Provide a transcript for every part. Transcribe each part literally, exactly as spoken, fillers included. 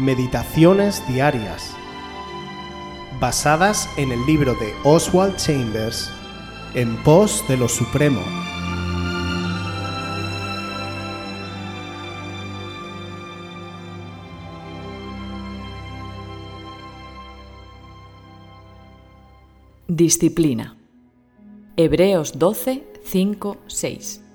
Meditaciones diarias, basadas en el libro de Oswald Chambers, En pos de lo supremo. Disciplina. Hebreos doce, cinco, seis.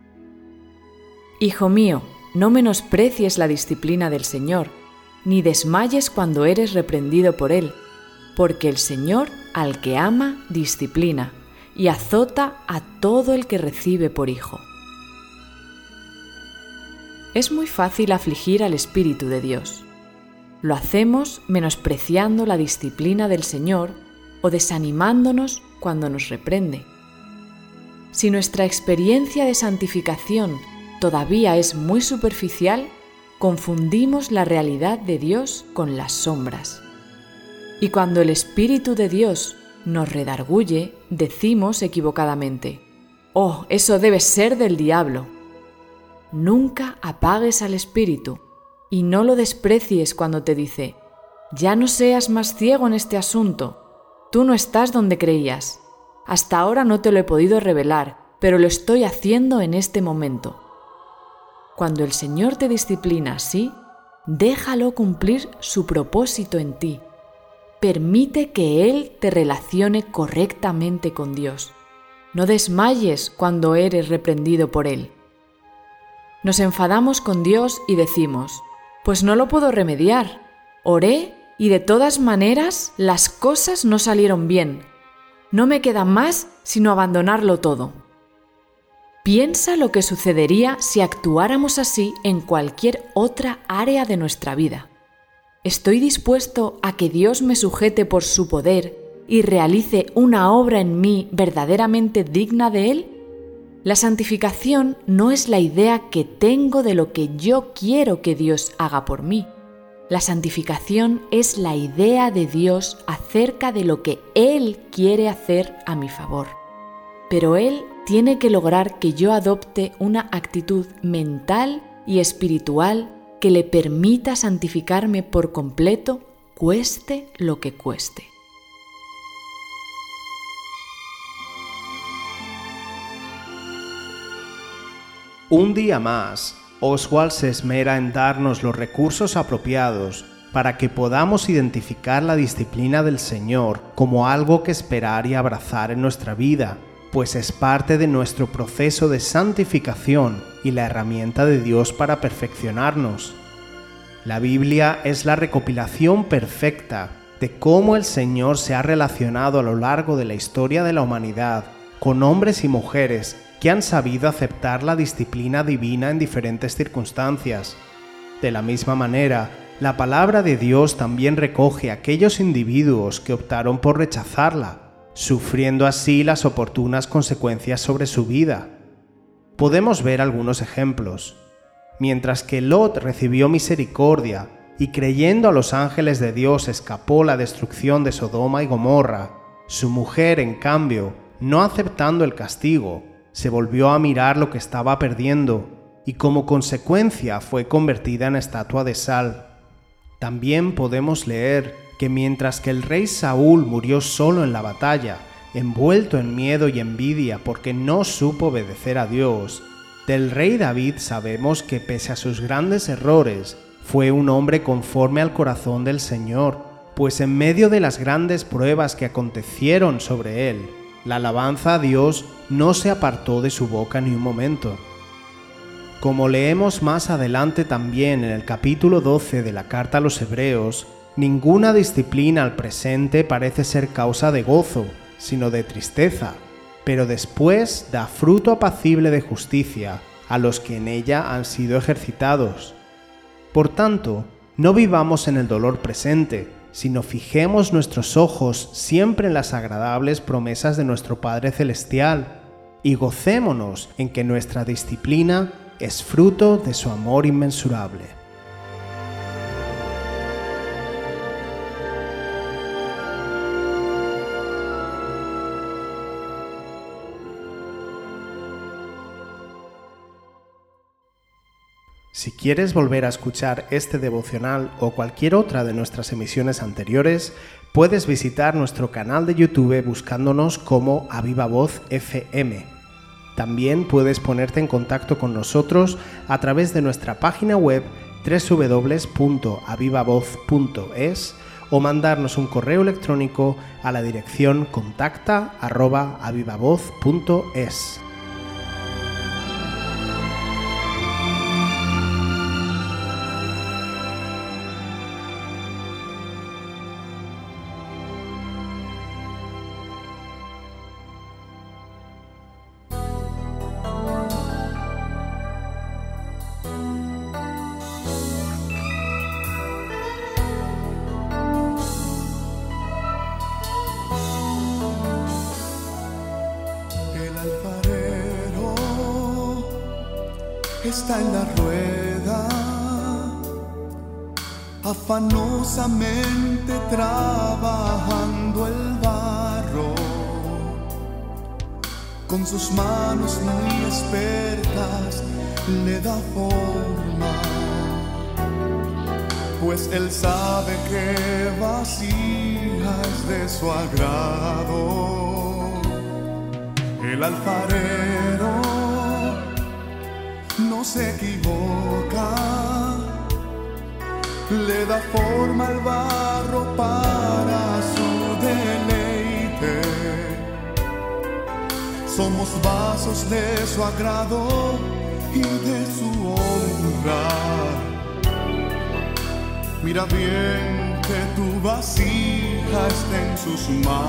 Hijo mío, no menosprecies la disciplina del Señor, ni desmayes cuando eres reprendido por Él, porque el Señor al que ama disciplina y azota a todo el que recibe por hijo. Es muy fácil afligir al Espíritu de Dios. Lo hacemos menospreciando la disciplina del Señor o desanimándonos cuando nos reprende. Si nuestra experiencia de santificación todavía es muy superficial, confundimos la realidad de Dios con las sombras. Y cuando el Espíritu de Dios nos redarguye, decimos equivocadamente: «Oh, eso debe ser del diablo». Nunca apagues al Espíritu y no lo desprecies cuando te dice: «Ya no seas más ciego en este asunto. Tú no estás donde creías. Hasta ahora no te lo he podido revelar, pero lo estoy haciendo en este momento». Cuando el Señor te disciplina así, déjalo cumplir su propósito en ti. Permite que Él te relacione correctamente con Dios. No desmayes cuando eres reprendido por Él. Nos enfadamos con Dios y decimos: «Pues no lo puedo remediar. Oré y de todas maneras las cosas no salieron bien. No me queda más sino abandonarlo todo». Piensa lo que sucedería si actuáramos así en cualquier otra área de nuestra vida. ¿Estoy dispuesto a que Dios me sujete por su poder y realice una obra en mí verdaderamente digna de Él? La santificación no es la idea que tengo de lo que yo quiero que Dios haga por mí. La santificación es la idea de Dios acerca de lo que Él quiere hacer a mi favor. Pero Él tiene que lograr que yo adopte una actitud mental y espiritual que le permita santificarme por completo, cueste lo que cueste. Un día más, Oswald se esmera en darnos los recursos apropiados para que podamos identificar la disciplina del Señor como algo que esperar y abrazar en nuestra vida, pues es parte de nuestro proceso de santificación y la herramienta de Dios para perfeccionarnos. La Biblia es la recopilación perfecta de cómo el Señor se ha relacionado a lo largo de la historia de la humanidad con hombres y mujeres que han sabido aceptar la disciplina divina en diferentes circunstancias. De la misma manera, la palabra de Dios también recoge a aquellos individuos que optaron por rechazarla, sufriendo así las oportunas consecuencias sobre su vida. Podemos ver algunos ejemplos. Mientras que Lot recibió misericordia y creyendo a los ángeles de Dios escapó la destrucción de Sodoma y Gomorra, su mujer, en cambio, no aceptando el castigo, se volvió a mirar lo que estaba perdiendo y como consecuencia fue convertida en estatua de sal. También podemos leer que mientras que el rey Saúl murió solo en la batalla, envuelto en miedo y envidia porque no supo obedecer a Dios, del rey David sabemos que pese a sus grandes errores, fue un hombre conforme al corazón del Señor, pues en medio de las grandes pruebas que acontecieron sobre él, la alabanza a Dios no se apartó de su boca ni un momento. Como leemos más adelante también en el capítulo doce de la carta a los Hebreos, ninguna disciplina al presente parece ser causa de gozo, sino de tristeza, pero después da fruto apacible de justicia a los que en ella han sido ejercitados. Por tanto, no vivamos en el dolor presente, sino fijemos nuestros ojos siempre en las agradables promesas de nuestro Padre Celestial, y gocémonos en que nuestra disciplina es fruto de su amor inmensurable. Si quieres volver a escuchar este devocional o cualquier otra de nuestras emisiones anteriores, puedes visitar nuestro canal de YouTube buscándonos como A Viva Voz F M. También puedes ponerte en contacto con nosotros a través de nuestra página web doble u doble u doble u punto a viva voz punto es o mandarnos un correo electrónico a la dirección contacta arroba avivavoz punto es. Está en la rueda, afanosamente trabajando el barro, con sus manos muy expertas le da forma, pues él sabe que vasija es de su agrado. El alfarero no se equivoca, le da forma al barro para su deleite. Somos vasos de su agrado y de su honra. Mira bien que tu vasija esté en sus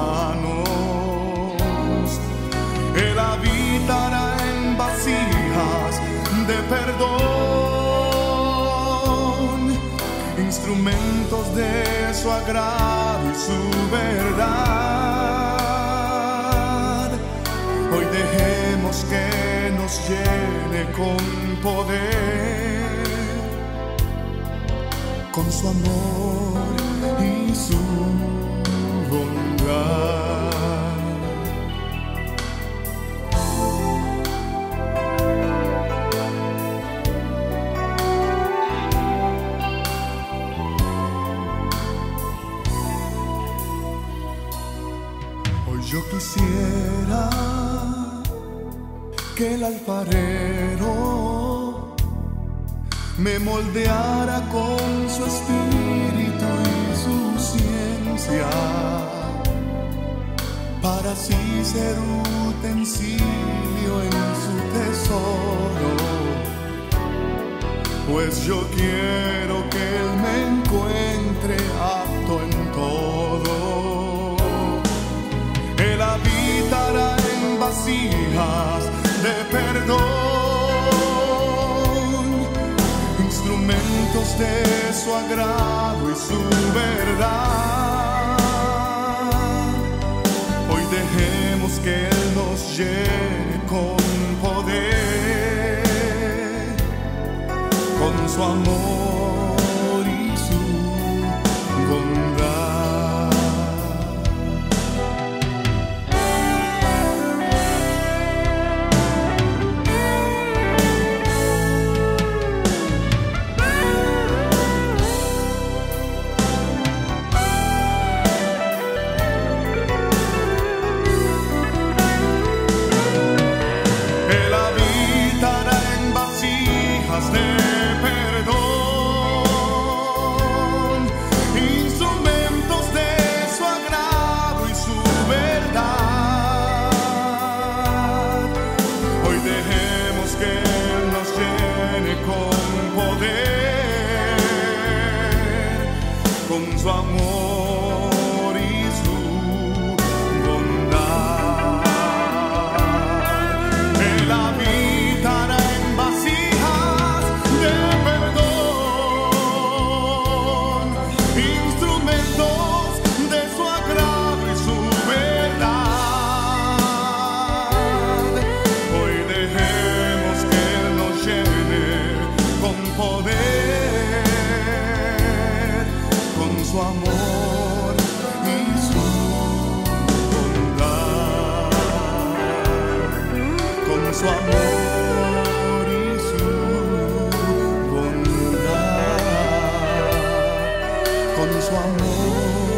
manos. Él habitará en vasijas de perdón, instrumentos de su agrado y su verdad. Hoy dejemos que nos llene con poder, con su amor y su bondad. Yo quisiera que el alfarero me moldeara con su espíritu y su ciencia, para así ser utensilio en su tesoro. Pues yo quiero que él me encuentre apto en todo. Él habitará en vasijas de perdón, instrumentos de su agrado y su verdad. Hoy dejemos que Él nos llene con poder, con su amor y su bondad. Su amor y su bondad. Él habitará en vasijas de perdón, instrumentos de su agrado y su verdad. Hoy dejemos que Él nos llene con poder, su amor y su bondad, con su amor y su bondad. con su amor.